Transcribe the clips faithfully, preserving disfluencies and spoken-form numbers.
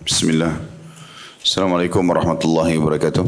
Bismillah. Assalamualaikum warahmatullahi wabarakatuh.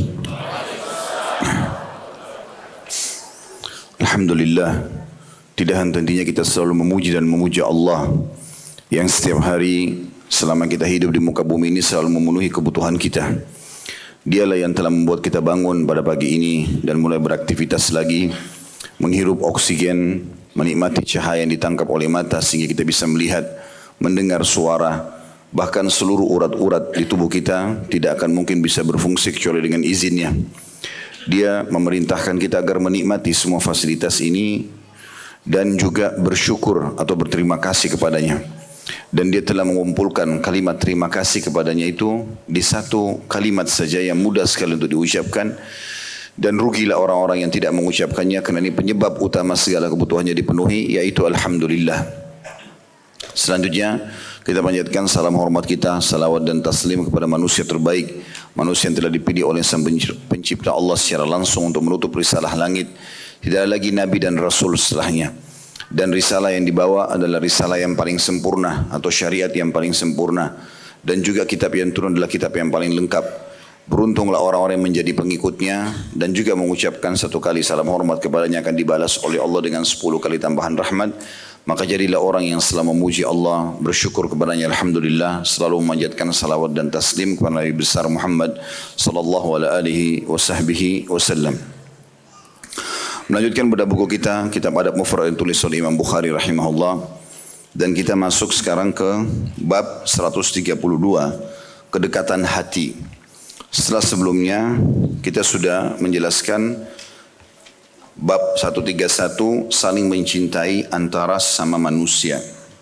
Alhamdulillah. Tidak henti-hentinya kita selalu memuji dan memuja Allah yang setiap hari selama kita hidup di muka bumi ini selalu memenuhi kebutuhan kita. Dialah yang telah membuat kita bangun pada pagi ini dan mulai beraktivitas lagi, menghirup oksigen, menikmati cahaya yang ditangkap oleh mata sehingga kita bisa melihat, mendengar suara, bahkan seluruh urat-urat di tubuh kita tidak akan mungkin bisa berfungsi kecuali dengan izinnya. Dia memerintahkan kita agar menikmati semua fasilitas ini dan juga bersyukur atau berterima kasih kepadanya. Dan dia telah mengumpulkan kalimat terima kasih kepadanya itu di satu kalimat saja yang mudah sekali untuk diucapkan. Dan rugilah orang-orang yang tidak mengucapkannya, karena ini penyebab utama segala kebutuhannya dipenuhi, yaitu Alhamdulillah. Selanjutnya kita panjatkan salam hormat kita, salawat dan taslim kepada manusia terbaik, manusia yang telah dipilih oleh Sang Pencipta Allah secara langsung untuk menutup risalah langit. Tidak ada lagi nabi dan rasul setelahnya. Dan risalah yang dibawa adalah risalah yang paling sempurna atau syariat yang paling sempurna. Dan juga kitab yang turun adalah kitab yang paling lengkap. Beruntunglah orang-orang yang menjadi pengikutnya dan juga mengucapkan satu kali salam hormat kepadanya akan dibalas oleh Allah dengan sepuluh kali tambahan rahmat. Maka jadilah orang yang selalu memuji Allah, bersyukur kepadanya, Alhamdulillah, selalu memanjatkan salawat dan taslim kepada Nabi besar Muhammad sallallahu alaihi wasallam. Melanjutkan pada buku kita, kitab Adab Mufrad yang tulis oleh Imam Bukhari rahimahullah. Dan kita masuk sekarang ke bab seratus tiga puluh dua, kedekatan hati. Setelah sebelumnya kita sudah menjelaskan bab seratus tiga puluh satu, saling mencintai antara sama manusia.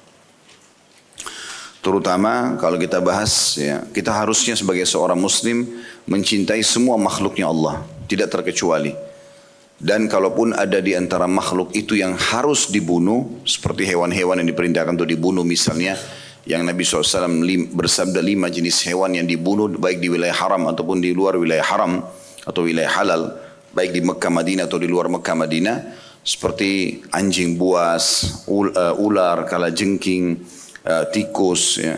Terutama kalau kita bahas, ya, kita harusnya sebagai seorang muslim mencintai semua makhluknya Allah, tidak terkecuali. Dan kalaupun ada di antara makhluk itu yang harus dibunuh, seperti hewan-hewan yang diperintahkan untuk dibunuh misalnya, yang Nabi shallallahu alaihi wasallam bersabda lima jenis hewan yang dibunuh baik di wilayah haram ataupun di luar wilayah haram atau wilayah halal, baik di Mekah Madinah atau di luar Mekah Madinah, seperti anjing buas, ular, kalajengking, tikus, ya.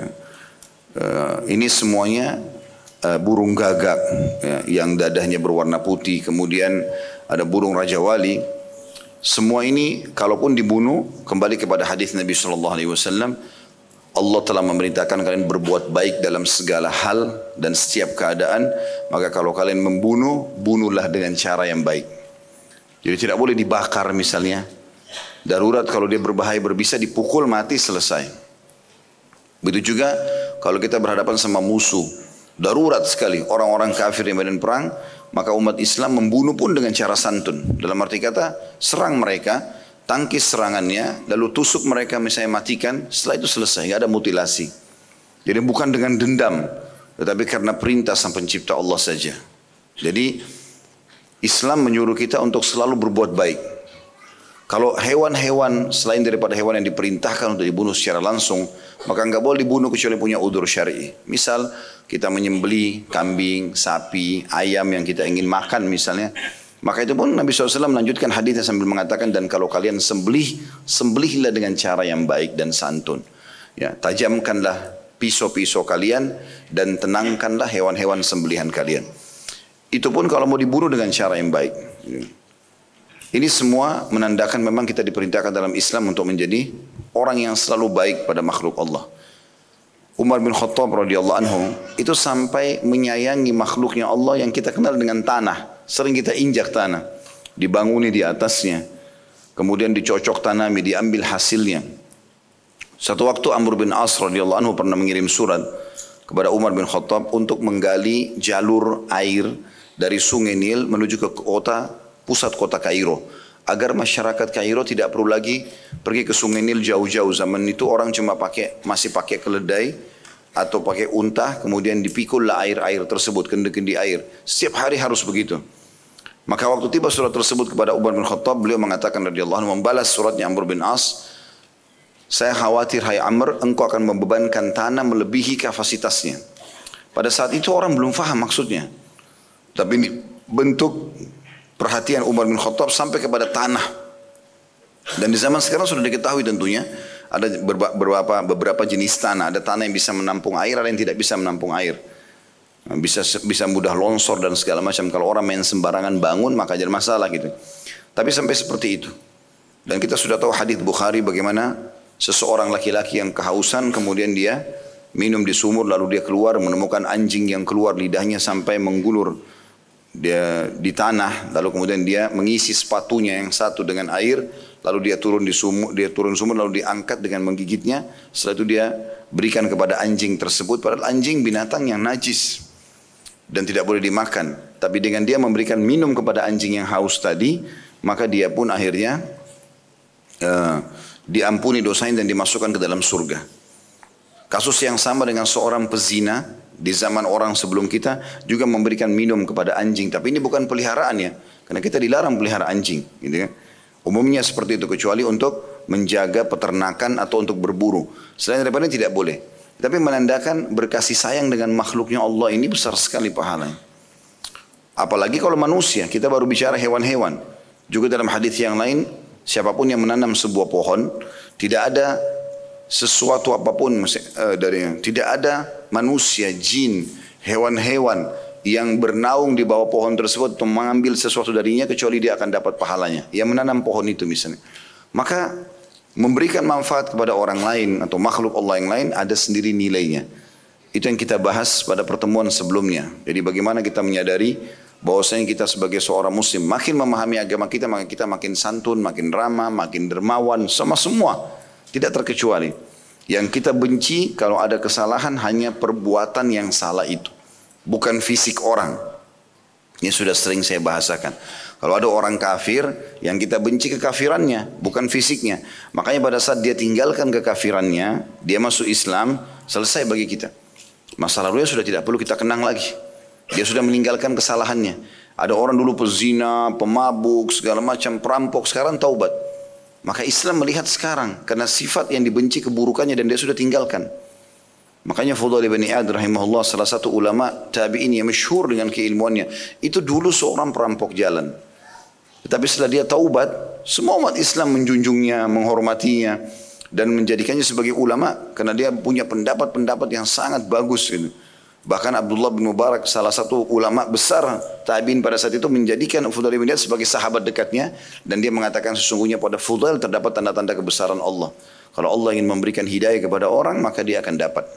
Ini semuanya burung gagak, ya, yang dadahnya berwarna putih, kemudian ada burung raja wali. Semua ini kalaupun dibunuh, kembali kepada hadis Nabi shallallahu alaihi wasallam, Allah telah memerintahkan kalian berbuat baik dalam segala hal dan setiap keadaan. Maka kalau kalian membunuh, bunuhlah dengan cara yang baik. Jadi tidak boleh dibakar misalnya. Darurat kalau dia berbahaya berbisa dipukul mati selesai. Begitu juga kalau kita berhadapan sama musuh. Darurat sekali orang-orang kafir di medan perang. Maka umat Islam membunuh pun dengan cara santun. Dalam arti kata serang mereka, tangkis serangannya, lalu tusuk mereka misalnya matikan, setelah itu selesai, tidak ada mutilasi. Jadi bukan dengan dendam, tetapi karena perintah Sang Pencipta Allah saja. Jadi Islam menyuruh kita untuk selalu berbuat baik. Kalau hewan-hewan selain daripada hewan yang diperintahkan untuk dibunuh secara langsung, maka enggak boleh dibunuh kecuali punya udzur syar'i. Misal kita menyembelih kambing, sapi, ayam yang kita ingin makan misalnya. Maka itu pun Nabi shallallahu alaihi wasallam melanjutkan hadisnya sambil mengatakan, dan kalau kalian sembelih, sembelihlah dengan cara yang baik dan santun. Ya, tajamkanlah pisau-pisau kalian dan tenangkanlah hewan-hewan sembelihan kalian. Itu pun kalau mau dibunuh dengan cara yang baik. Ini semua menandakan memang kita diperintahkan dalam Islam untuk menjadi orang yang selalu baik pada makhluk Allah. Umar bin Khattab radhiyallahu anhu itu sampai menyayangi makhluknya Allah yang kita kenal dengan tanah. Sering kita injak tanah, dibanguni di atasnya, kemudian dicocok tanami, diambil hasilnya. Satu waktu Amr bin As radhiyallahu anhu pernah mengirim surat kepada Umar bin Khattab untuk menggali jalur air dari sungai Nil menuju ke kota, pusat kota Kairo, agar masyarakat Kairo tidak perlu lagi pergi ke sungai Nil jauh-jauh. Zaman itu orang cuma pakai masih pakai keledai atau pakai unta, kemudian dipikullah air-air tersebut, kendi-kendi air. Setiap hari harus begitu. Maka waktu tiba surat tersebut kepada Umar bin Khattab, beliau mengatakan radhiyallahu anhu, membalas suratnya Amr bin As, saya khawatir hai Amr, engkau akan membebankan tanah melebihi kapasitasnya. Pada saat itu orang belum faham maksudnya. Tapi ini bentuk perhatian Umar bin Khattab sampai kepada tanah. Dan di zaman sekarang sudah diketahui tentunya, Ada beberapa, beberapa jenis tanah. Ada tanah yang bisa menampung air, ada yang tidak bisa menampung air. Bisa bisa mudah longsor dan segala macam. Kalau orang main sembarangan bangun maka jadi masalah gitu. Tapi sampai seperti itu. Dan kita sudah tahu hadis Bukhari bagaimana seseorang laki-laki yang kehausan kemudian dia minum di sumur lalu dia keluar menemukan anjing yang keluar lidahnya sampai menggulur dia di tanah, lalu kemudian dia mengisi sepatunya yang satu dengan air, lalu dia turun di sumur, dia turun sumur lalu diangkat dengan menggigitnya. Setelah itu dia berikan kepada anjing tersebut, padahal anjing binatang yang najis dan tidak boleh dimakan. Tapi dengan dia memberikan minum kepada anjing yang haus tadi, maka dia pun akhirnya uh, diampuni dosanya dan dimasukkan ke dalam surga. Kasus yang sama dengan seorang pezina di zaman orang sebelum kita juga memberikan minum kepada anjing, tapi ini bukan peliharaan ya, karena kita dilarang pelihara anjing, gitu kan. Umumnya seperti itu kecuali untuk menjaga peternakan atau untuk berburu. Selain daripada ini tidak boleh. Tapi menandakan berkasih sayang dengan makhluknya Allah ini besar sekali pahalanya. Apalagi kalau manusia, kita baru bicara hewan-hewan. Juga dalam hadis yang lain, siapapun yang menanam sebuah pohon, tidak ada sesuatu apapun uh, dari tidak ada manusia, jin, hewan-hewan yang bernaung di bawah pohon tersebut untuk mengambil sesuatu darinya kecuali dia akan dapat pahalanya. Yang menanam pohon itu misalnya. Maka memberikan manfaat kepada orang lain atau makhluk Allah yang lain ada sendiri nilainya. Itu yang kita bahas pada pertemuan sebelumnya. Jadi bagaimana kita menyadari bahwasanya kita sebagai seorang muslim makin memahami agama kita, maka kita makin santun, makin ramah, makin dermawan, sama semua. Tidak terkecuali. Yang kita benci kalau ada kesalahan hanya perbuatan yang salah itu. Bukan fisik orang. Ini sudah sering saya bahasakan. Kalau ada orang kafir yang kita benci kekafirannya, bukan fisiknya. Makanya pada saat dia tinggalkan kekafirannya, dia masuk Islam, selesai bagi kita. Masa lalunya sudah tidak perlu kita kenang lagi. Dia sudah meninggalkan kesalahannya. Ada orang dulu pezina, pemabuk, segala macam, perampok, sekarang taubat. Maka Islam melihat sekarang karena sifat yang dibenci keburukannya dan dia sudah tinggalkan. Makanya Fudail bin Iyad rahimahullah salah satu ulama tabi'in yang masyhur dengan keilmuannya, itu dulu seorang perampok jalan. Tetapi setelah dia taubat, semua umat Islam menjunjungnya, menghormatinya dan menjadikannya sebagai ulama karena dia punya pendapat-pendapat yang sangat bagus gitu. Bahkan Abdullah bin Mubarak salah satu ulama besar tabi'in pada saat itu menjadikan Fudail bin Iyad sebagai sahabat dekatnya dan dia mengatakan sesungguhnya pada Fudail terdapat tanda-tanda kebesaran Allah. Kalau Allah ingin memberikan hidayah kepada orang maka dia akan dapat.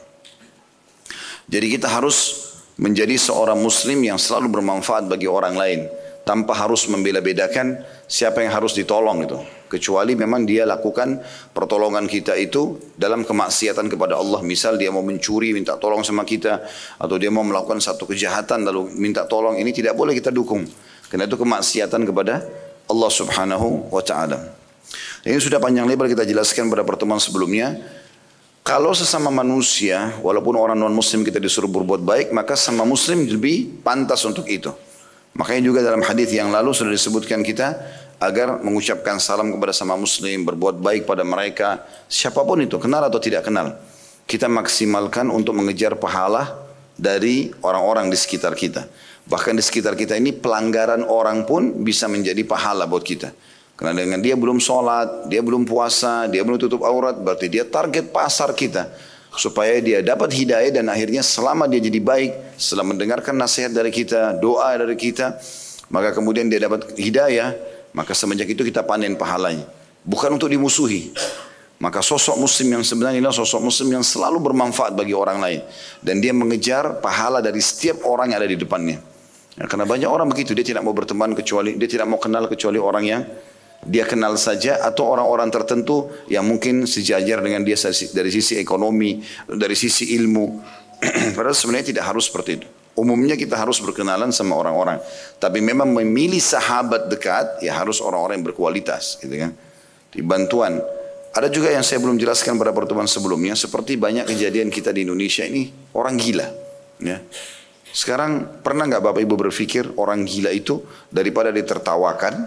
Jadi kita harus menjadi seorang muslim yang selalu bermanfaat bagi orang lain tanpa harus membeda-bedakan siapa yang harus ditolong itu. Kecuali memang dia lakukan pertolongan kita itu dalam kemaksiatan kepada Allah. Misal dia mau mencuri, minta tolong sama kita. Atau dia mau melakukan satu kejahatan lalu minta tolong. Ini tidak boleh kita dukung. Karena itu kemaksiatan kepada Allah subhanahu wa ta'ala. Ini sudah panjang lebar kita jelaskan pada pertemuan sebelumnya. Kalau sesama manusia, walaupun orang non-muslim kita disuruh berbuat baik, maka sama muslim lebih pantas untuk itu. Makanya juga dalam hadis yang lalu sudah disebutkan kita agar mengucapkan salam kepada sama muslim, berbuat baik pada mereka, siapapun itu, kenal atau tidak kenal. Kita maksimalkan untuk mengejar pahala dari orang-orang di sekitar kita. Bahkan di sekitar kita ini pelanggaran orang pun bisa menjadi pahala buat kita. Karena dengan dia belum sholat, dia belum puasa, dia belum tutup aurat, berarti dia target pasar kita. Supaya dia dapat hidayah dan akhirnya selama dia jadi baik, setelah mendengarkan nasihat dari kita, doa dari kita, maka kemudian dia dapat hidayah, maka semenjak itu kita panen pahalanya. Bukan untuk dimusuhi. Maka sosok muslim yang sebenarnya adalah sosok muslim yang selalu bermanfaat bagi orang lain. Dan dia mengejar pahala dari setiap orang yang ada di depannya. Ya, karena banyak orang begitu, dia tidak mau berteman kecuali, dia tidak mau kenal kecuali orang yang dia kenal saja atau orang-orang tertentu yang mungkin sejajar dengan dia dari sisi ekonomi, dari sisi ilmu. Padahal sebenarnya tidak harus seperti itu. Umumnya kita harus berkenalan sama orang-orang. Tapi memang memilih sahabat dekat, ya harus orang-orang yang berkualitas. Gitu kan. Di bantuan. Ada juga yang saya belum jelaskan pada pertemuan sebelumnya. Seperti banyak kejadian kita di Indonesia ini, orang gila. Ya. Sekarang pernah nggak Bapak Ibu berpikir orang gila itu daripada ditertawakan,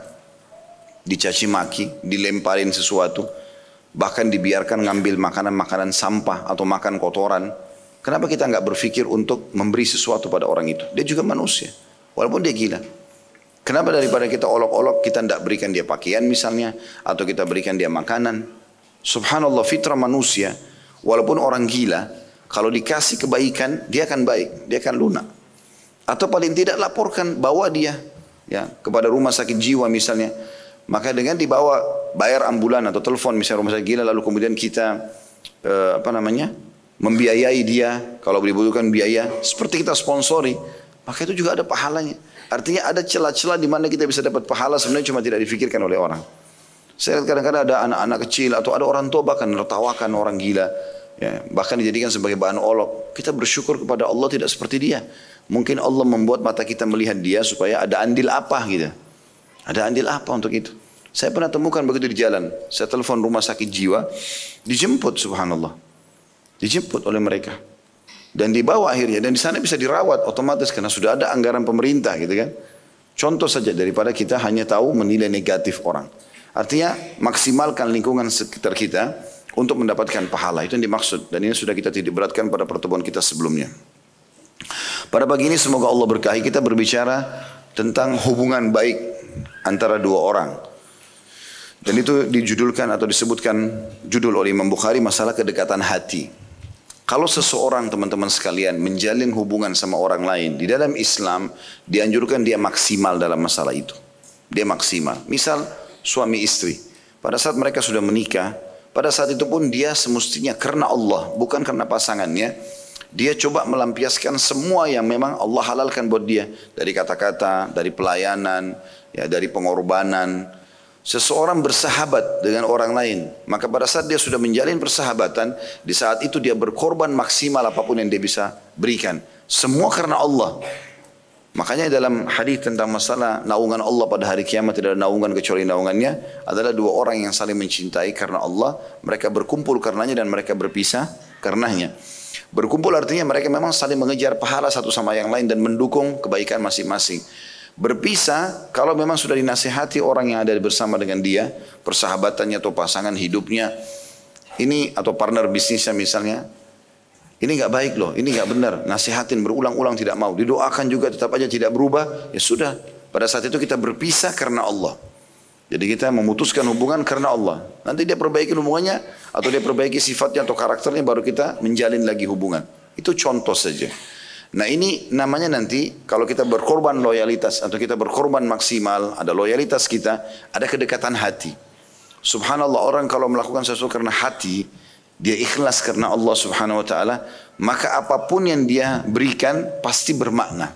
dicaci maki, dilemparin sesuatu, bahkan dibiarkan ngambil makanan-makanan sampah atau makan kotoran. Kenapa kita nggak berpikir untuk memberi sesuatu pada orang itu? Dia juga manusia, walaupun dia gila. Kenapa daripada kita olok-olok kita tidak berikan dia pakaian misalnya, atau kita berikan dia makanan? Subhanallah, fitrah manusia, walaupun orang gila, kalau dikasih kebaikan, dia akan baik, dia akan lunak. Atau paling tidak laporkan, bawa dia ya kepada rumah sakit jiwa misalnya. Maka dengan dibawa, bayar ambulan atau telepon misalnya rumah sakit gila, lalu kemudian kita eh, apa namanya membiayai dia kalau dibutuhkan biaya, seperti kita sponsori, maka itu juga ada pahalanya. Artinya ada celah-celah di mana kita bisa dapat pahala sebenarnya cuma tidak difikirkan oleh orang. Saya lihat kadang-kadang ada anak-anak kecil atau ada orang tua bahkan menertawakan orang gila, ya, bahkan dijadikan sebagai bahan olok. Kita bersyukur kepada Allah tidak seperti dia. Mungkin Allah membuat mata kita melihat dia supaya ada andil apa gitu. Ada andil apa untuk itu. Saya pernah temukan begitu di jalan. Saya telepon rumah sakit jiwa, dijemput subhanallah. Dijemput oleh mereka. Dan dibawa akhirnya. Dan di sana bisa dirawat otomatis karena sudah ada anggaran pemerintah gitu kan. Contoh saja daripada kita hanya tahu menilai negatif orang. Artinya maksimalkan lingkungan sekitar kita untuk mendapatkan pahala. Itu yang dimaksud. Dan ini sudah kita titik beratkan pada pertemuan kita sebelumnya. Pada pagi ini semoga Allah berkahi kita berbicara tentang hubungan baik antara dua orang. Dan itu dijudulkan atau disebutkan judul oleh Imam Bukhari masalah kedekatan hati. Kalau seseorang teman-teman sekalian menjalin hubungan sama orang lain di dalam Islam dianjurkan dia maksimal dalam masalah itu. Dia maksimal. Misal suami istri. Pada saat mereka sudah menikah, pada saat itu pun dia semestinya karena Allah, bukan karena pasangannya. Dia coba melampiaskan semua yang memang Allah halalkan buat dia. Dari kata-kata, dari pelayanan, ya, dari pengorbanan. Seseorang bersahabat dengan orang lain. Maka pada saat dia sudah menjalin persahabatan, di saat itu dia berkorban maksimal apapun yang dia bisa berikan. Semua karena Allah. Makanya dalam hadis tentang masalah naungan Allah pada hari kiamat tidak ada naungan kecuali naungannya adalah dua orang yang saling mencintai karena Allah, mereka berkumpul karenanya dan mereka berpisah karenanya. Berkumpul artinya mereka memang saling mengejar pahala satu sama yang lain dan mendukung kebaikan masing-masing. Berpisah kalau memang sudah dinasihati orang yang ada bersama dengan dia, persahabatannya atau pasangan hidupnya ini atau partner bisnisnya misalnya. Ini nggak baik loh, ini nggak benar. Nasihatin berulang-ulang tidak mau. Didoakan juga tetap aja tidak berubah. Ya sudah, pada saat itu kita berpisah karena Allah. Jadi kita memutuskan hubungan karena Allah. Nanti dia perbaiki hubungannya atau dia perbaiki sifatnya atau karakternya baru kita menjalin lagi hubungan. Itu contoh saja. Nah ini namanya nanti kalau kita berkorban loyalitas atau kita berkorban maksimal, ada loyalitas kita, ada kedekatan hati. Subhanallah orang kalau melakukan sesuatu karena hati, dia ikhlas karena Allah subhanahu wa ta'ala, maka apapun yang dia berikan pasti bermakna.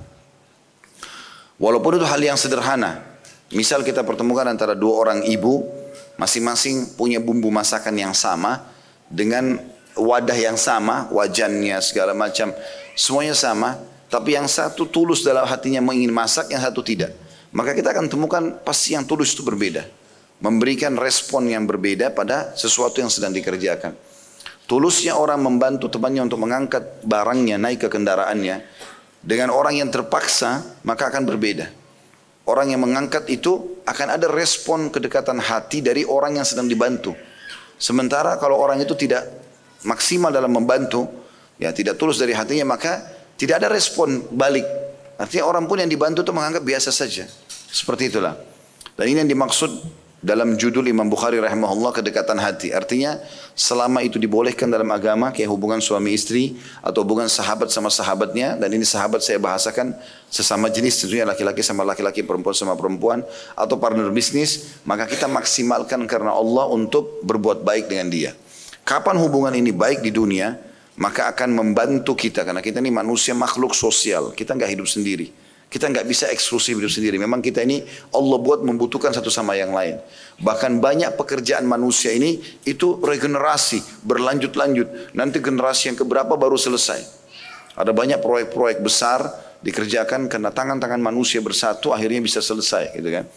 Walaupun itu hal yang sederhana. Misal kita pertemukan antara dua orang ibu, masing-masing punya bumbu masakan yang sama, dengan wadah yang sama, wajannya segala macam, semuanya sama, tapi yang satu tulus dalam hatinya ingin masak, yang satu tidak. Maka kita akan temukan pasti yang tulus itu berbeda. Memberikan respon yang berbeda pada sesuatu yang sedang dikerjakan. Tulusnya orang membantu temannya untuk mengangkat barangnya, naik ke kendaraannya. Dengan orang yang terpaksa, maka akan berbeda. Orang yang mengangkat itu akan ada respon kedekatan hati dari orang yang sedang dibantu. Sementara kalau orang itu tidak maksimal dalam membantu, ya tidak tulus dari hatinya, maka tidak ada respon balik. Artinya orang pun yang dibantu itu menganggap biasa saja. Seperti itulah. Dan ini yang dimaksud dalam judul Imam Bukhari rahimahullah kedekatan hati. Artinya selama itu dibolehkan dalam agama kayak hubungan suami istri atau hubungan sahabat sama sahabatnya, dan ini sahabat saya bahasakan sesama jenis tentunya laki-laki sama laki-laki, perempuan sama perempuan atau partner bisnis, maka kita maksimalkan karena Allah untuk berbuat baik dengan dia. Kapan hubungan ini baik di dunia, maka akan membantu kita karena kita ini manusia makhluk sosial, kita nggak hidup sendiri. Kita nggak bisa eksklusif hidup sendiri. Memang kita ini Allah buat membutuhkan satu sama yang lain. Bahkan banyak pekerjaan manusia ini itu regenerasi, berlanjut-lanjut. Nanti generasi yang keberapa baru selesai. Ada banyak proyek-proyek besar dikerjakan karena tangan-tangan manusia bersatu akhirnya bisa selesai, gitu kan?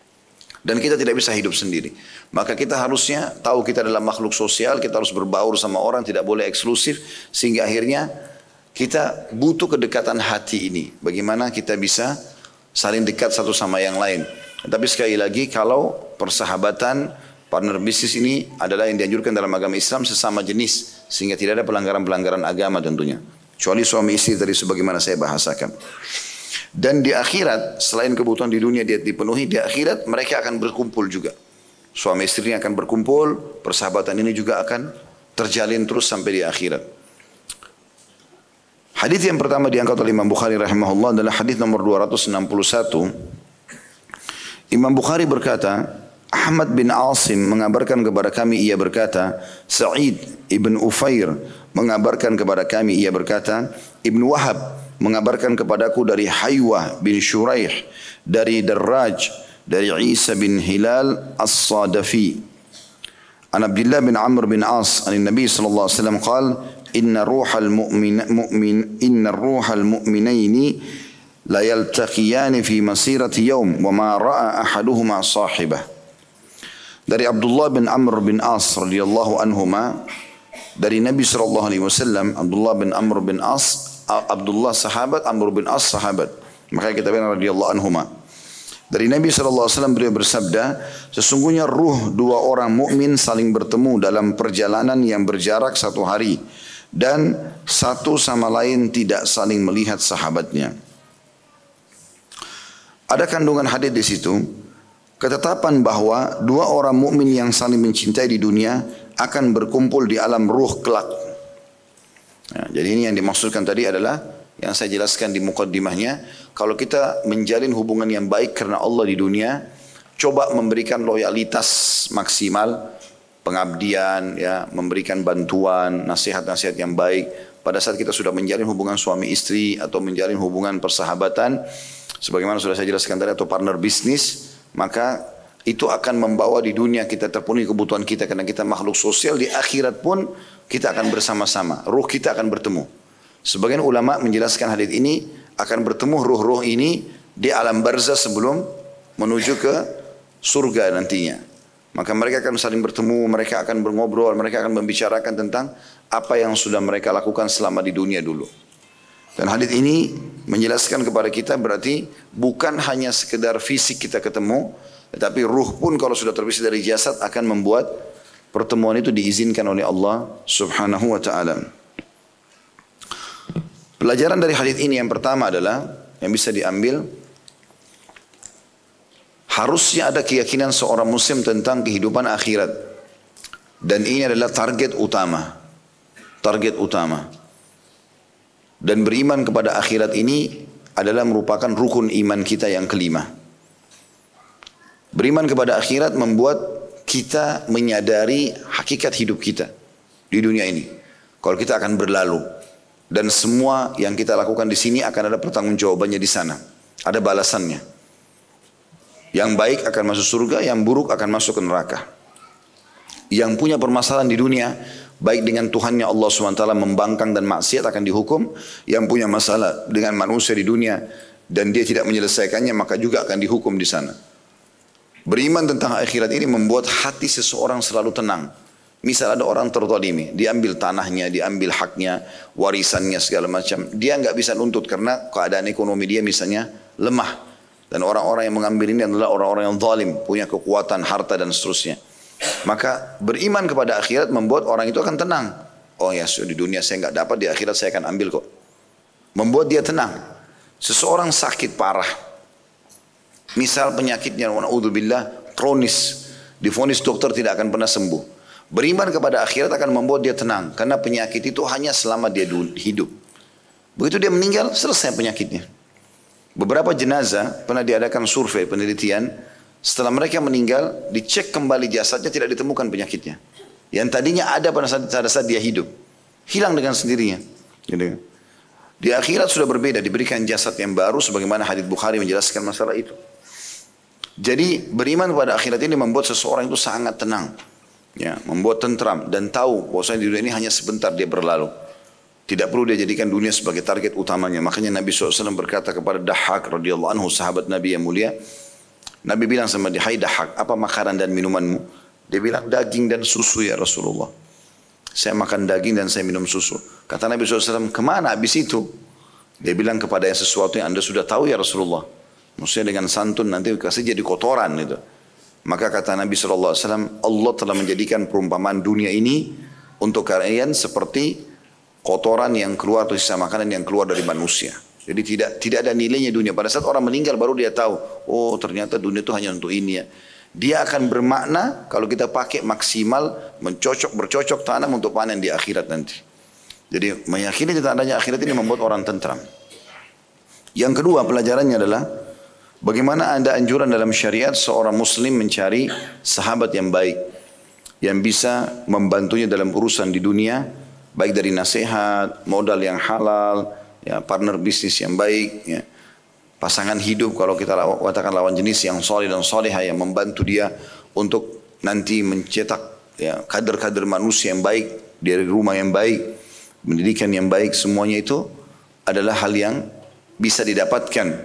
Dan kita tidak bisa hidup sendiri. Maka kita harusnya tahu kita adalah makhluk sosial, kita harus berbaur sama orang, tidak boleh eksklusif, sehingga akhirnya kita butuh kedekatan hati ini. Bagaimana kita bisa saling dekat satu sama yang lain. Tapi sekali lagi kalau persahabatan, partner bisnis ini adalah yang dianjurkan dalam agama Islam sesama jenis. Sehingga tidak ada pelanggaran-pelanggaran agama tentunya. Kecuali suami istri tadi sebagaimana saya bahasakan. Dan di akhirat, selain kebutuhan di dunia dia dipenuhi, di akhirat mereka akan berkumpul juga. Suami istrinya akan berkumpul, persahabatan ini juga akan terjalin terus sampai di akhirat. Hadis yang pertama diangkat oleh Imam Bukhari rahimahullah adalah hadis nomor dua ratus enam puluh satu. Imam Bukhari berkata, Ahmad bin Asim mengabarkan kepada kami, ia berkata, Sa'id ibn Ufair mengabarkan kepada kami, ia berkata, Ibn Wahab mengabarkan kepadaku dari Haywah bin Shuraih, dari Darraj, dari Isa bin Hilal As-Sadafi. An Abdullah bin Amr bin As, an Nabi sallallahu alaihi wasallam qala, inna ruhal mu'min mu'min inna ruhal mu'minaini la yaltaqiyani fi masirati yawm wa ma ra'a ahaduhuma sahibah. Dari Abdullah bin Amr bin As radhiyallahu anhuma, dari Nabi sallallahu alaihi wasallam, Abdullah bin Amr bin As, Abdullah sahabat, Amr bin As sahabat. Maka kita bilang radhiyallahu anhuma. Dari Nabi sallallahu alaihi wasallam beliau bersabda, sesungguhnya ruh dua orang mukmin saling bertemu dalam perjalanan yang berjarak satu hari dan satu sama lain tidak saling melihat sahabatnya. Ada kandungan hadis di situ, ketetapan bahwa dua orang mukmin yang saling mencintai di dunia akan berkumpul di alam ruh kelak. Ya, jadi ini yang dimaksudkan tadi adalah yang saya jelaskan di mukaddimahnya. Kalau kita menjalin hubungan yang baik karena Allah di dunia, coba memberikan loyalitas maksimal, pengabdian, ya, memberikan bantuan, nasihat-nasihat yang baik. Pada saat kita sudah menjalin hubungan suami istri atau menjalin hubungan persahabatan, sebagaimana sudah saya jelaskan tadi, atau partner bisnis, maka itu akan membawa di dunia kita terpenuhi kebutuhan kita karena kita makhluk sosial. Di akhirat pun kita akan bersama-sama, ruh kita akan bertemu. Sebagian ulama menjelaskan hadis ini akan bertemu ruh-ruh ini di alam barzah sebelum menuju ke surga nantinya. Maka mereka akan saling bertemu, mereka akan berngobrol, mereka akan membicarakan tentang apa yang sudah mereka lakukan selama di dunia dulu. Dan hadis ini menjelaskan kepada kita berarti bukan hanya sekedar fisik kita ketemu, tetapi ruh pun kalau sudah terpisah dari jasad akan membuat pertemuan itu diizinkan oleh Allah Subhanahu wa taala. Pelajaran dari hadis ini yang pertama adalah yang bisa diambil, harusnya ada keyakinan seorang muslim tentang kehidupan akhirat. Dan ini adalah target utama. Target utama. Dan beriman kepada akhirat ini adalah merupakan rukun iman kita yang kelima. Beriman kepada akhirat membuat kita menyadari hakikat hidup kita di dunia ini. Kalau kita akan berlalu. Dan semua yang kita lakukan di sini akan ada pertanggungjawabannya di sana. Ada balasannya. Yang baik akan masuk surga, yang buruk akan masuk ke neraka. Yang punya permasalahan di dunia, baik dengan Tuhannya Allah subhanahu wa taala membangkang dan maksiat akan dihukum. Yang punya masalah dengan manusia di dunia dan dia tidak menyelesaikannya, maka juga akan dihukum di sana. Beriman tentang akhirat ini membuat hati seseorang selalu tenang. Misal ada orang terzalimi, diambil tanahnya, diambil haknya, warisannya segala macam. Dia nggak bisa nuntut karena keadaan ekonomi dia misalnya lemah. Dan orang-orang yang mengambil ini adalah orang-orang yang zalim, punya kekuatan, harta dan seterusnya. Maka beriman kepada akhirat membuat orang itu akan tenang. Oh ya, di dunia saya nggak dapat, di akhirat saya akan ambil kok. Membuat dia tenang. Seseorang sakit parah. Misal penyakitnya, wa'udzubillah, kronis. Divonis dokter tidak akan pernah sembuh. Beriman kepada akhirat akan membuat dia tenang. Karena penyakit itu hanya selama dia hidup. Begitu dia meninggal, selesai penyakitnya. Beberapa jenazah pernah diadakan survei penelitian. Setelah mereka meninggal, dicek kembali jasadnya, tidak ditemukan penyakitnya. Yang tadinya ada pada saat, pada saat dia hidup. Hilang dengan sendirinya. Gitu. Di akhirat sudah berbeda, diberikan jasad yang baru. Sebagaimana hadits Bukhari menjelaskan masalah itu. Jadi beriman kepada akhirat ini membuat seseorang itu sangat tenang. Ya, membuat tentram dan tahu bahwasanya di dunia ini hanya sebentar dia berlalu. Tidak perlu dia jadikan dunia sebagai target utamanya. Makanya Nabi shallallahu alaihi wasallam berkata kepada Dahhak radhiyallahu anhu, sahabat Nabi yang mulia. Nabi bilang sama dia, hai Dahhak, apa makanan dan minumanmu? Dia bilang, daging dan susu ya Rasulullah. Saya makan daging dan saya minum susu. Kata Nabi shallallahu alaihi wasallam, kemana habis itu? Dia bilang kepada yang sesuatu yang anda sudah tahu ya Rasulullah. Maksudnya dengan santun nanti kasih jadi kotoran itu. Maka kata Nabi shallallahu alaihi wasallam, Allah telah menjadikan perumpamaan dunia ini untuk kalian seperti kotoran yang keluar atau sisa makanan yang keluar dari manusia. Jadi tidak tidak ada nilainya dunia. Pada saat orang meninggal baru dia tahu, oh ternyata dunia itu hanya untuk ini ya. Dia akan bermakna kalau kita pakai maksimal, mencocok, bercocok tanam untuk panen di akhirat nanti. Jadi meyakini tentang adanya akhirat ini membuat orang tentram. Yang kedua pelajarannya adalah bagaimana ada anjuran dalam syariat seorang muslim mencari sahabat yang baik, yang bisa membantunya dalam urusan di dunia, baik dari nasihat, modal yang halal, ya, partner bisnis yang baik, ya, pasangan hidup kalau kita katakan lawan jenis yang soleh dan soleha yang membantu dia untuk nanti mencetak ya, kader-kader manusia yang baik dari rumah yang baik, pendidikan yang baik, semuanya itu adalah hal yang bisa didapatkan.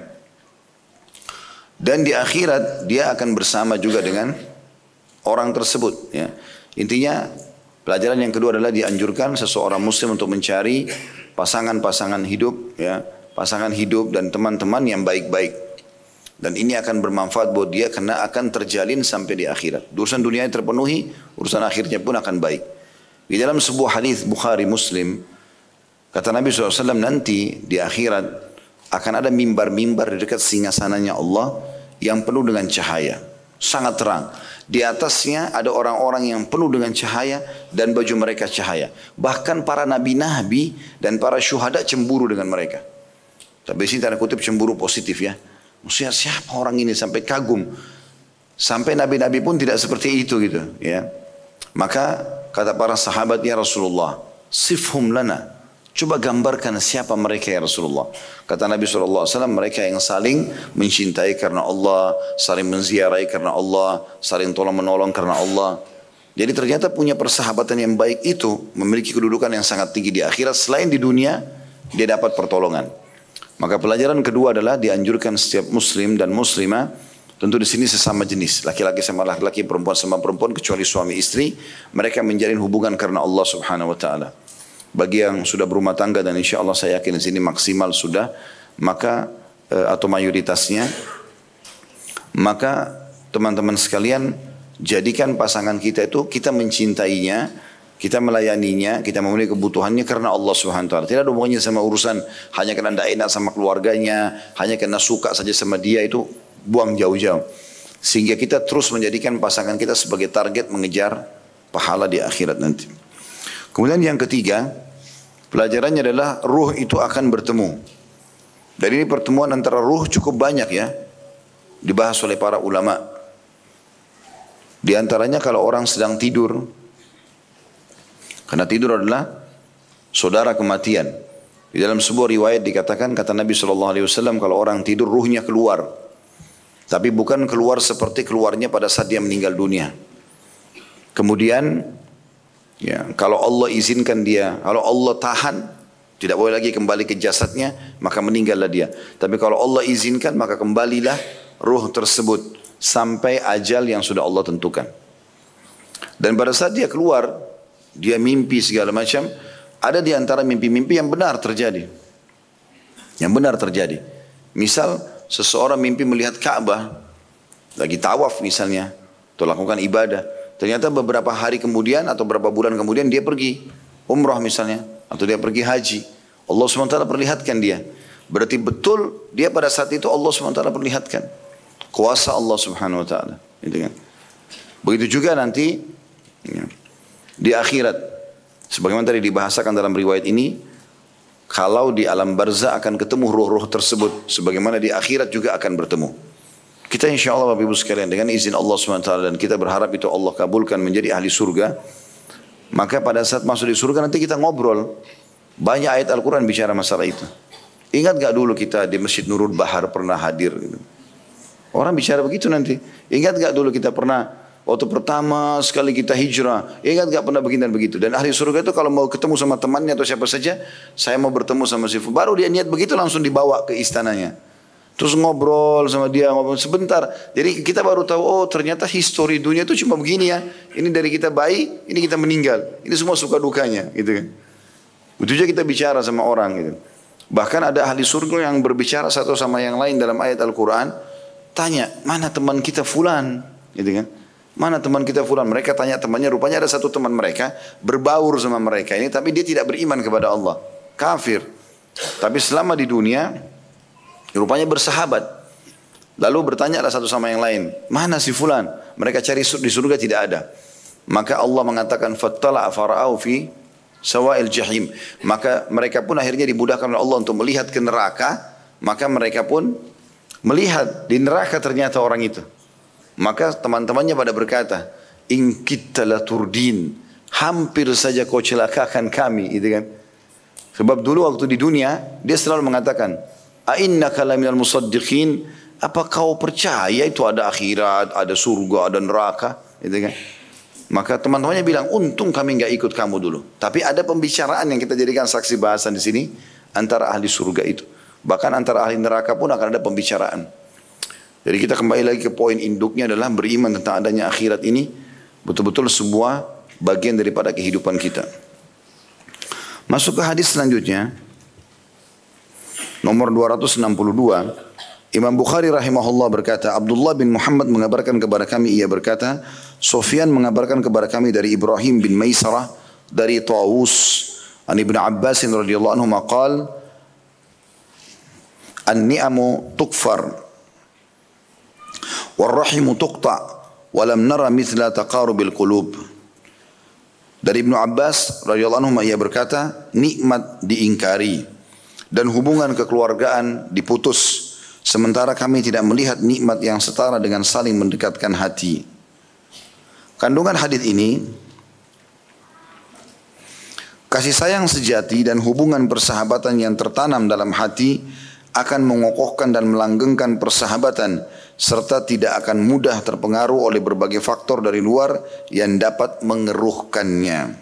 Dan di akhirat dia akan bersama juga dengan orang tersebut. Ya. Intinya pelajaran yang kedua adalah dianjurkan seseorang muslim untuk mencari pasangan-pasangan hidup, ya, pasangan hidup dan teman-teman yang baik-baik. Dan ini akan bermanfaat buat dia karena akan terjalin sampai di akhirat. Urusan dunia terpenuhi, urusan akhirnya pun akan baik. Di dalam sebuah hadis Bukhari Muslim, kata Nabi shallallahu alaihi wasallam nanti di akhirat akan ada mimbar-mimbar di dekat singgasananya Allah yang penuh dengan cahaya. Sangat terang. Di atasnya ada orang-orang yang penuh dengan cahaya dan baju mereka cahaya. Bahkan para nabi-nabi dan para syuhada cemburu dengan mereka. Tapi sini tanda kutip cemburu positif ya. Maksudnya siapa orang ini sampai kagum. Sampai nabi-nabi pun tidak seperti itu gitu ya. Maka kata para sahabat ya Rasulullah, sifhum lana. Coba gambarkan siapa mereka ya Rasulullah. Kata Nabi shallallahu alaihi wasallam, mereka yang saling mencintai karena Allah, saling menziarahi karena Allah, saling tolong menolong karena Allah. Jadi ternyata punya persahabatan yang baik itu memiliki kedudukan yang sangat tinggi di akhirat. Selain di dunia, dia dapat pertolongan. Maka pelajaran kedua adalah dianjurkan setiap muslim dan muslimah, tentu di sini sesama jenis, laki-laki sama laki-laki, perempuan sama perempuan, kecuali suami istri, mereka menjalin hubungan karena Allah Subhanahu wa taala. Bagi yang sudah berumah tangga dan insya Allah saya yakin di sini maksimal sudah, maka e, atau mayoritasnya, maka teman-teman sekalian jadikan pasangan kita itu kita mencintainya, kita melayaninya, kita memenuhi kebutuhannya karena Allah Subhanahu wa taala. Tidak ada hubungannya sama urusan hanya karena tidak enak sama keluarganya, hanya karena suka saja sama dia, itu buang jauh-jauh. Sehingga kita terus menjadikan pasangan kita sebagai target mengejar pahala di akhirat nanti. Kemudian yang ketiga, pelajarannya adalah ruh itu akan bertemu. Dan ini pertemuan antara ruh cukup banyak ya, dibahas oleh para ulama. Di antaranya kalau orang sedang tidur, karena tidur adalah saudara kematian. Di dalam sebuah riwayat dikatakan, kata Nabi shallallahu alaihi wasallam, kalau orang tidur ruhnya keluar. Tapi bukan keluar seperti keluarnya pada saat dia meninggal dunia. Kemudian ya, kalau Allah izinkan dia, kalau Allah tahan, tidak boleh lagi kembali ke jasadnya, maka meninggallah dia. Tapi kalau Allah izinkan, maka kembalilah ruh tersebut sampai ajal yang sudah Allah tentukan. Dan pada saat dia keluar, dia mimpi segala macam, ada di antara mimpi-mimpi yang benar terjadi. Yang benar terjadi. Misal, seseorang mimpi melihat Ka'bah, lagi tawaf misalnya, atau lakukan ibadah. Ternyata beberapa hari kemudian atau beberapa bulan kemudian dia pergi umrah misalnya. Atau dia pergi haji. Allah subhanahu wa taala perlihatkan dia. Berarti betul dia pada saat itu Allah subhanahu wa taala perlihatkan. Kuasa Allah subhanahu wa taala. Begitu juga nanti ya, di akhirat. Sebagaimana tadi dibahasakan dalam riwayat ini. Kalau di alam barzah akan ketemu ruh-ruh tersebut. Sebagaimana di akhirat juga akan bertemu. Kita insya Allah Bapak Ibu sekalian dengan izin Allah subhanahu wa taala dan kita berharap itu Allah kabulkan menjadi ahli surga. Maka pada saat masuk di surga nanti kita ngobrol. Banyak ayat Al-Quran bicara masalah itu. Ingat gak dulu kita di Masjid Nurul Bahar pernah hadir gitu. Orang bicara begitu nanti. Ingat gak dulu kita pernah waktu pertama sekali kita hijrah. Ingat gak pernah begini dan begitu. Dan ahli surga itu kalau mau ketemu sama temannya atau siapa saja, saya mau bertemu sama si baru dia niat begitu langsung dibawa ke istananya. Terus ngobrol sama dia, ngobrol sebentar. Jadi kita baru tahu, oh ternyata histori dunia itu cuma begini ya. Ini dari kita bayi, ini kita meninggal. Ini semua suka dukanya gitu kan. Betul juga kita bicara sama orang gitu. Bahkan ada ahli surga yang berbicara satu sama yang lain dalam ayat Al-Quran. Tanya, mana teman kita fulan? Gitu kan. Mana teman kita fulan? Mereka tanya temannya, rupanya ada satu teman mereka berbaur sama mereka ini. Tapi dia tidak beriman kepada Allah. Kafir. Tapi selama di dunia rupanya bersahabat. Lalu bertanyalah satu sama yang lain, mana si fulan? Mereka cari di surga tidak ada. Maka Allah mengatakan, fattala fara'au fi sawa'il jahim. Maka mereka pun akhirnya dimudahkan oleh Allah untuk melihat ke neraka. Maka mereka pun melihat di neraka ternyata orang itu. Maka teman-temannya pada berkata, in kita la turdin, hampir saja kau celakakan kami, gitu kan? Sebab dulu waktu di dunia dia selalu mengatakan, a innaka laminal musaddiqin, apa kau percaya itu ada akhirat, ada surga, ada neraka, gitu kan? Maka teman-temannya bilang, untung kami enggak ikut kamu dulu. Tapi ada pembicaraan yang kita jadikan saksi bahasan di sini antara ahli surga itu. Bahkan antara ahli neraka pun akan ada pembicaraan. Jadi kita kembali lagi ke poin induknya adalah beriman tentang adanya akhirat ini betul-betul sebuah bagian daripada kehidupan kita. Masuk ke hadis selanjutnya. Nomor dua ratus enam puluh dua. Imam Bukhari rahimahullah berkata, Abdullah bin Muhammad mengabarkan kepada kami, ia berkata, Sufyan mengabarkan kepada kami dari Ibrahim bin Maisarah, dari Tawus, an Ibn Abbas radhiyallahu anhu maqal, an-ni'amu tukfar, wal-rahimu tuqta' walam nara mithla taqarubil qulub. Dari Ibnu Abbas radhiyallahu anhu ia berkata, nikmat diingkari dan hubungan kekeluargaan diputus, sementara kami tidak melihat nikmat yang setara dengan saling mendekatkan hati. Kandungan hadis ini, kasih sayang sejati dan hubungan persahabatan yang tertanam dalam hati akan mengokohkan dan melanggengkan persahabatan, serta tidak akan mudah terpengaruh oleh berbagai faktor dari luar yang dapat mengeruhkannya.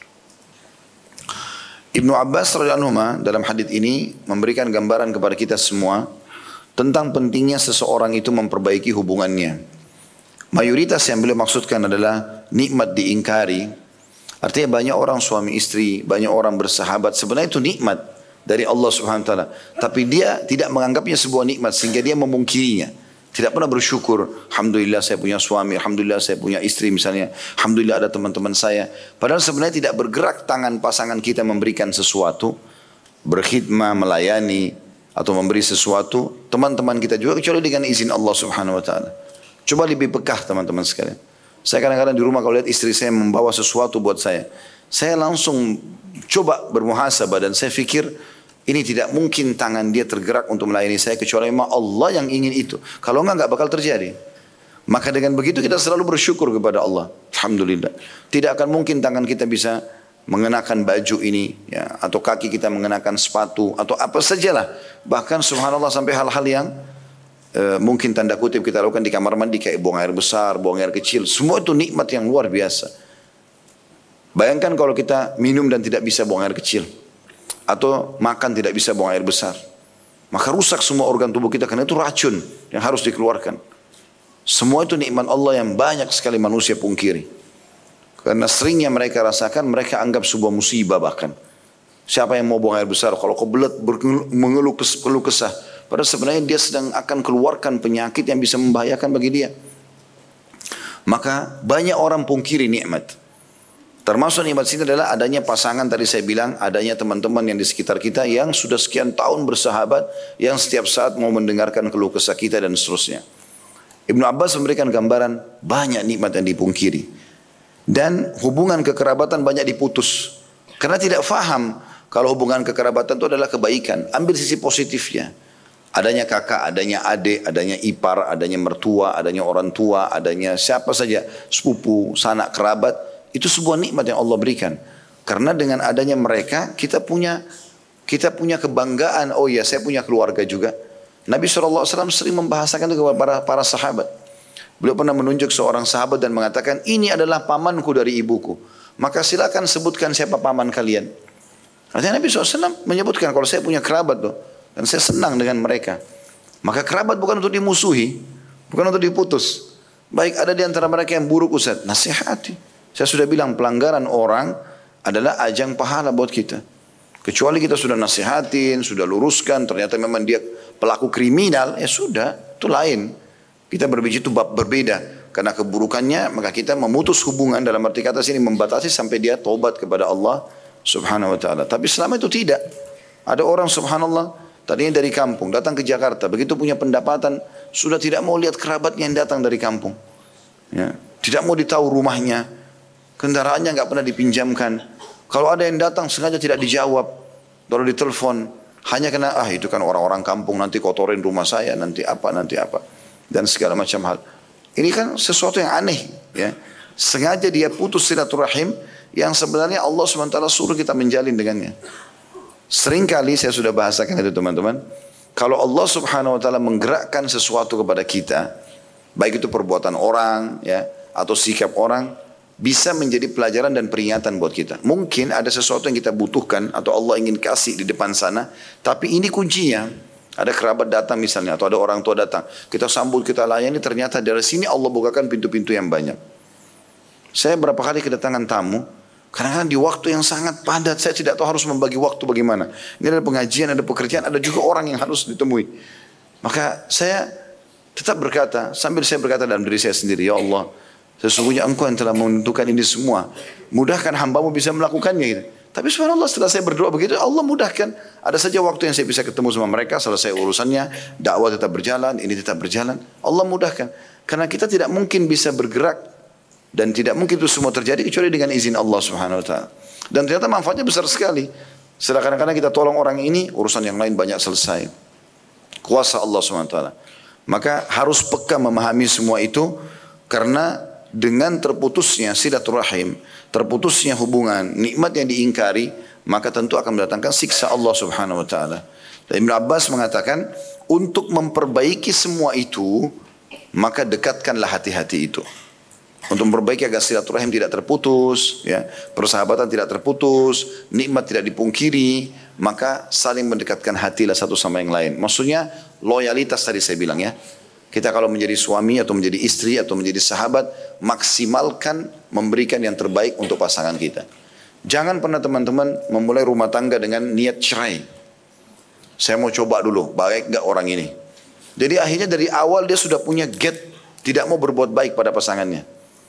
Ibnu Abbas radhiyallahu anhu dalam hadis ini memberikan gambaran kepada kita semua tentang pentingnya seseorang itu memperbaiki hubungannya. Mayoritas yang beliau maksudkan adalah nikmat diingkari. Artinya banyak orang suami istri, banyak orang bersahabat, sebenarnya itu nikmat dari Allah Subhanahu wa taala. Tapi dia tidak menganggapnya sebuah nikmat sehingga dia memungkirinya. Tidak pernah bersyukur, alhamdulillah saya punya suami, alhamdulillah saya punya istri misalnya, alhamdulillah ada teman-teman saya. Padahal sebenarnya tidak bergerak tangan pasangan kita memberikan sesuatu, berkhidmah, melayani, atau memberi sesuatu, teman-teman kita juga kecuali dengan izin Allah Subhanahu wa taala. Coba lebih pekah teman-teman sekalian. Saya kadang-kadang di rumah kalau lihat istri saya membawa sesuatu buat saya, saya langsung coba bermuhasabah dan saya fikir ini tidak mungkin tangan dia tergerak untuk melayani saya kecuali memang Allah yang ingin itu. Kalau enggak, enggak bakal terjadi. Maka dengan begitu kita selalu bersyukur kepada Allah. Alhamdulillah. Tidak akan mungkin tangan kita bisa mengenakan baju ini, ya, atau kaki kita mengenakan sepatu, atau apa sajalah. Bahkan subhanallah sampai hal-hal yang e, mungkin tanda kutip kita lakukan di kamar mandi kayak buang air besar, buang air kecil. Semua itu nikmat yang luar biasa. Bayangkan kalau kita minum dan tidak bisa buang air kecil, atau makan tidak bisa buang air besar, maka rusak semua organ tubuh kita karena itu racun yang harus dikeluarkan. Semua itu nikmat Allah yang banyak sekali manusia pungkiri. Karena seringnya mereka rasakan, mereka anggap sebuah musibah bahkan. Siapa yang mau buang air besar? Kalau kebelet mengeluh kesah. Padahal sebenarnya dia sedang akan keluarkan penyakit yang bisa membahayakan bagi dia. Maka banyak orang pungkiri nikmat. Termasuk nikmat sini adalah adanya pasangan tadi saya bilang, adanya teman-teman yang di sekitar kita yang sudah sekian tahun bersahabat, yang setiap saat mau mendengarkan keluh kesah kita dan seterusnya. Ibnu Abbas memberikan gambaran banyak nikmat yang dipungkiri. Dan hubungan kekerabatan banyak diputus. Karena tidak faham kalau hubungan kekerabatan itu adalah kebaikan. Ambil sisi positifnya. Adanya kakak, adanya adik, adanya ipar, adanya mertua, adanya orang tua, adanya siapa saja, sepupu, sanak, kerabat. Itu sebuah nikmat yang Allah berikan. Karena dengan adanya mereka, kita punya kita punya kebanggaan. Oh ya, saya punya keluarga juga. Nabi shallallahu alaihi wasallam sering membahasakan itu kepada para, para sahabat. Beliau pernah menunjuk seorang sahabat dan mengatakan, ini adalah pamanku dari ibuku. Maka silakan sebutkan siapa paman kalian. Artinya Nabi shallallahu alaihi wasallam menyebutkan, kalau saya punya kerabat loh, dan saya senang dengan mereka. Maka kerabat bukan untuk dimusuhi, bukan untuk diputus. Baik ada di antara mereka yang buruk Ustaz, nasihati. Saya sudah bilang pelanggaran orang adalah ajang pahala buat kita. Kecuali kita sudah nasihatin, sudah luruskan, ternyata memang dia pelaku kriminal, ya sudah, itu lain. Kita berbicara itu bab berbeda. Karena keburukannya, maka kita memutus hubungan dalam arti kata sini membatasi sampai dia taubat kepada Allah subhanahu wa ta'ala. Tapi selama itu tidak. Ada orang subhanallah, Tadinya dari kampung, datang ke Jakarta. Begitu punya pendapatan, sudah tidak mau lihat kerabatnya yang datang dari kampung. Ya. Tidak mau ditahu rumahnya. Kendaraannya nggak pernah dipinjamkan. Kalau ada yang datang, sengaja tidak dijawab. Lalu ditelepon. Hanya karena, ah itu kan orang-orang kampung, nanti kotorin rumah saya, nanti apa, nanti apa. Dan segala macam hal. Ini kan sesuatu yang aneh. Ya. Sengaja dia putus silaturahim, yang sebenarnya Allah subhanahu wa taala suruh kita menjalin dengannya. Sering kali saya sudah bahasakan itu teman-teman. Kalau Allah subhanahu wa ta'ala menggerakkan sesuatu kepada kita, baik itu perbuatan orang ya atau sikap orang, bisa menjadi pelajaran dan peringatan buat kita. Mungkin ada sesuatu yang kita butuhkan atau Allah ingin kasih di depan sana, tapi ini kuncinya. Ada kerabat datang misalnya atau ada orang tua datang. Kita sambut, kita layani, ternyata dari sini Allah bukakan pintu-pintu yang banyak. Saya berapa kali kedatangan tamu, kadang-kadang di waktu yang sangat padat, saya tidak tahu harus membagi waktu bagaimana. Ini ada pengajian, ada pekerjaan, ada juga orang yang harus ditemui. Maka saya tetap berkata, sambil saya berkata dalam diri saya sendiri, ya Allah, sesungguhnya Engkau yang telah menentukan ini semua. Mudahkan hambamu bisa melakukannya. Gitu. Tapi subhanallah setelah saya berdoa begitu, Allah mudahkan. Ada saja waktu yang saya bisa ketemu sama mereka, selesai urusannya, dakwah tetap berjalan, ini tetap berjalan. Allah mudahkan. Karena kita tidak mungkin bisa bergerak dan tidak mungkin itu semua terjadi kecuali dengan izin Allah subhanahu wa ta'ala. Dan ternyata manfaatnya besar sekali. Setelah kadang-kadang kita tolong orang ini, urusan yang lain banyak selesai. Kuasa Allah subhanahu wa ta'ala. Maka harus peka memahami semua itu. Karena dengan terputusnya silaturahim, terputusnya hubungan, nikmat yang diingkari, maka tentu akan mendatangkan siksa Allah subhanahu wa ta'ala. Dan Ibn Abbas mengatakan, untuk memperbaiki semua itu, maka dekatkanlah hati-hati itu. Untuk memperbaiki agar silaturahim tidak terputus, ya, persahabatan tidak terputus, nikmat tidak dipungkiri, maka saling mendekatkan hatilah satu sama yang lain. Maksudnya loyalitas tadi saya bilang ya. Kita kalau menjadi suami atau menjadi istri atau menjadi sahabat, maksimalkan memberikan yang terbaik untuk pasangan kita. Jangan pernah teman-teman memulai rumah tangga dengan niat cerai. Saya mau coba dulu, baik enggak orang ini. Jadi akhirnya dari awal dia sudah punya gate, tidak mau berbuat baik pada pasangannya.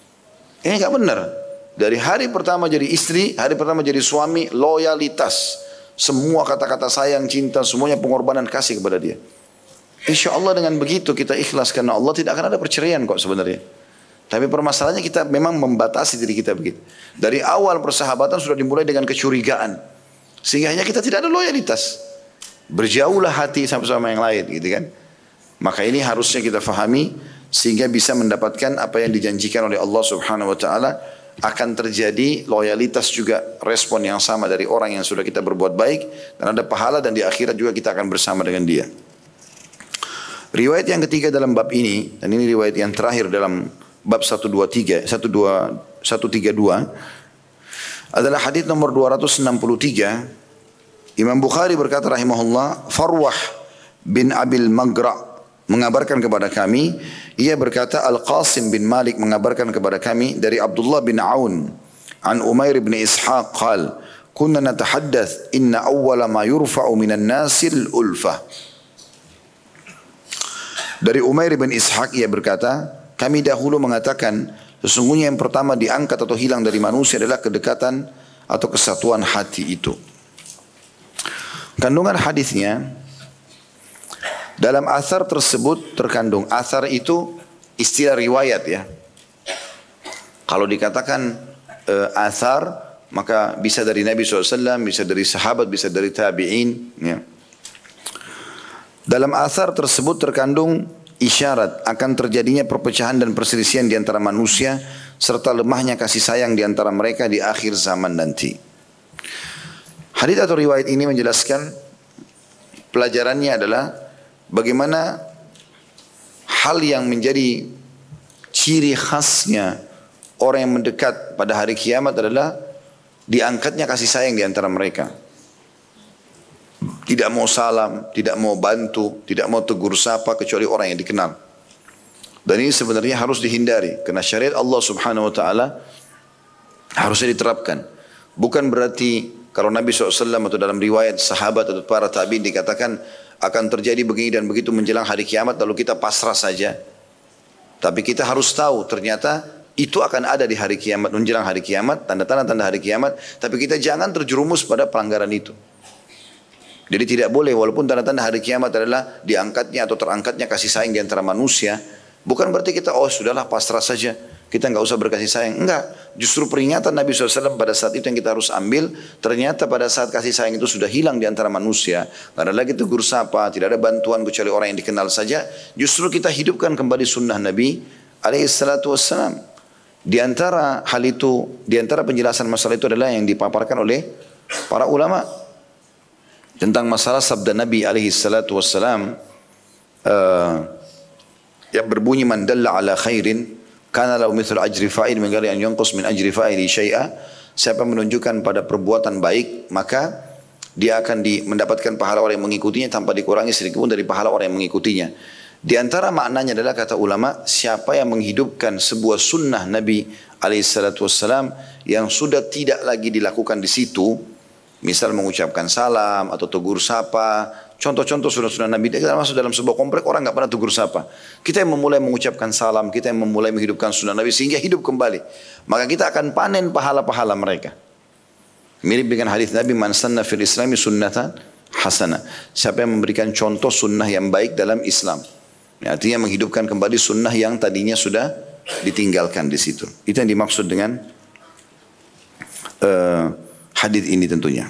Ini enggak benar. Dari hari pertama jadi istri, hari pertama jadi suami, loyalitas. Semua kata-kata sayang, cinta, semuanya pengorbanan kasih kepada dia. Insya Allah dengan begitu kita ikhlas karena Allah, tidak akan ada perceraian kok sebenarnya. Tapi permasalahannya kita memang membatasi diri kita begitu. Dari awal persahabatan sudah dimulai dengan kecurigaan. Sehingga hanya kita tidak ada loyalitas. Berjauhlah hati sama-sama yang lain gitu kan. Maka ini harusnya kita fahami. Sehingga bisa mendapatkan apa yang dijanjikan oleh Allah subhanahu wa ta'ala. Akan terjadi loyalitas juga, respon yang sama dari orang yang sudah kita berbuat baik. Dan ada pahala dan di akhirat juga kita akan bersama dengan dia. Riwayat yang ketiga dalam bab ini, dan ini riwayat yang terakhir dalam bab seratus dua puluh tiga, seratus tiga puluh dua, adalah hadis nomor dua ratus enam puluh tiga. Imam Bukhari berkata rahimahullah, Farwah bin Abil Magra' mengabarkan kepada kami, ia berkata Al-Qasim bin Malik mengabarkan kepada kami dari Abdullah bin Aun an Umair bin Ishaq qal kunna natahaddath inna awwala ma yurfa'u minan nasil ulfah. Dari Umair bin Ishaq ia berkata, kami dahulu mengatakan sesungguhnya yang pertama diangkat atau hilang dari manusia adalah kedekatan atau kesatuan hati itu. Kandungan hadisnya, dalam asar tersebut terkandung, asar itu istilah riwayat ya. Kalau dikatakan e, asar, maka bisa dari Nabi shallallahu alaihi wasallam, bisa dari sahabat, bisa dari tabi'in. Ya. Dalam asar tersebut terkandung isyarat akan terjadinya perpecahan dan perselisihan di antara manusia, serta lemahnya kasih sayang di antara mereka di akhir zaman nanti. Hadis atau riwayat ini menjelaskan, pelajarannya adalah bagaimana hal yang menjadi ciri khasnya orang yang mendekat pada hari kiamat adalah diangkatnya kasih sayang di antara mereka. Tidak mau salam, tidak mau bantu, tidak mau tegur sapa kecuali orang yang dikenal. Dan ini sebenarnya harus dihindari karena syariat Allah Subhanahu wa taala harusnya diterapkan. Bukan berarti kalau Nabi shallallahu alaihi wasallam atau dalam riwayat sahabat atau para tabi'in dikatakan akan terjadi begini dan begitu menjelang hari kiamat lalu kita pasrah saja. Tapi kita harus tahu ternyata itu akan ada di hari kiamat, menjelang hari kiamat, tanda-tanda tanda hari kiamat. Tapi kita jangan terjerumus pada pelanggaran itu. Jadi tidak boleh, walaupun tanda-tanda hari kiamat adalah diangkatnya atau terangkatnya kasih sayang di antara manusia, bukan berarti kita, oh sudahlah pasrah saja, kita nggak usah berkasih sayang. Enggak, justru peringatan Nabi shallallahu alaihi wasallam pada saat itu yang kita harus ambil. Ternyata pada saat kasih sayang itu sudah hilang di antara manusia, nggak ada lagi tegur sapa, tidak ada bantuan kecuali orang yang dikenal saja. Justru kita hidupkan kembali sunnah Nabi alaihi salatu wassalam. Di antara hal itu, di antara penjelasan masalah itu adalah yang dipaparkan oleh para ulama tentang masalah sabda Nabi alaihi salatu wassalam uh, yang berbunyi, man dalla ala khairin kana lahu mithlu ajri fa'il min ghairi an yanqus min ajri fa'ili syai'a. Siapa menunjukkan pada perbuatan baik, maka dia akan di, mendapatkan pahala orang yang mengikutinya tanpa dikurangi sedikit pun dari pahala orang yang mengikutinya. Di antara maknanya adalah kata ulama, siapa yang menghidupkan sebuah sunnah Nabi alaihi salatu wassalam yang sudah tidak lagi dilakukan di situ, misal mengucapkan salam atau tegur sapa, contoh-contoh sunnah-sunnah Nabi. Kita masuk dalam sebuah komplek, orang nggak pernah tegur sapa. Kita yang memulai mengucapkan salam, kita yang memulai menghidupkan sunnah Nabi sehingga hidup kembali. Maka kita akan panen pahala-pahala mereka. Mirip dengan hadis Nabi, man sanna fil islami sunnatan hasanah. Siapa yang memberikan contoh sunnah yang baik dalam Islam. Ya, artinya menghidupkan kembali sunnah yang tadinya sudah ditinggalkan di situ. Itu yang dimaksud dengan uh, hadis ini tentunya.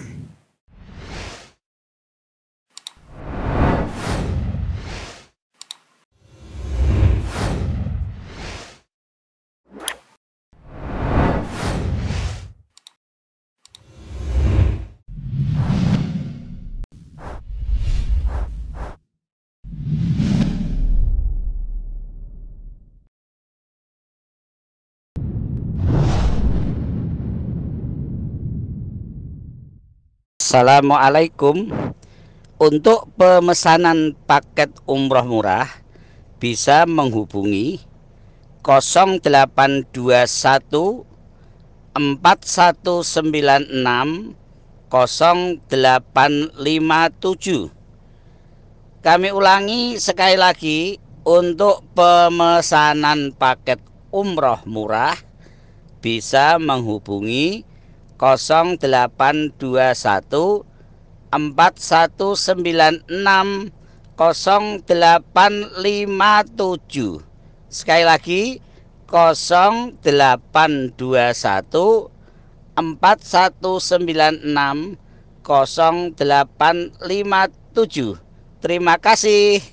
Assalamualaikum. Untuk pemesanan paket umroh murah bisa menghubungi nol delapan dua satu empat satu sembilan enam nol delapan lima tujuh. Kami ulangi sekali lagi, untuk pemesanan paket umroh murah bisa menghubungi nol delapan dua satu empat satu sembilan enam nol delapan lima tujuh. Sekali lagi, nol delapan dua satu empat satu sembilan enam nol delapan lima tujuh. Terima kasih.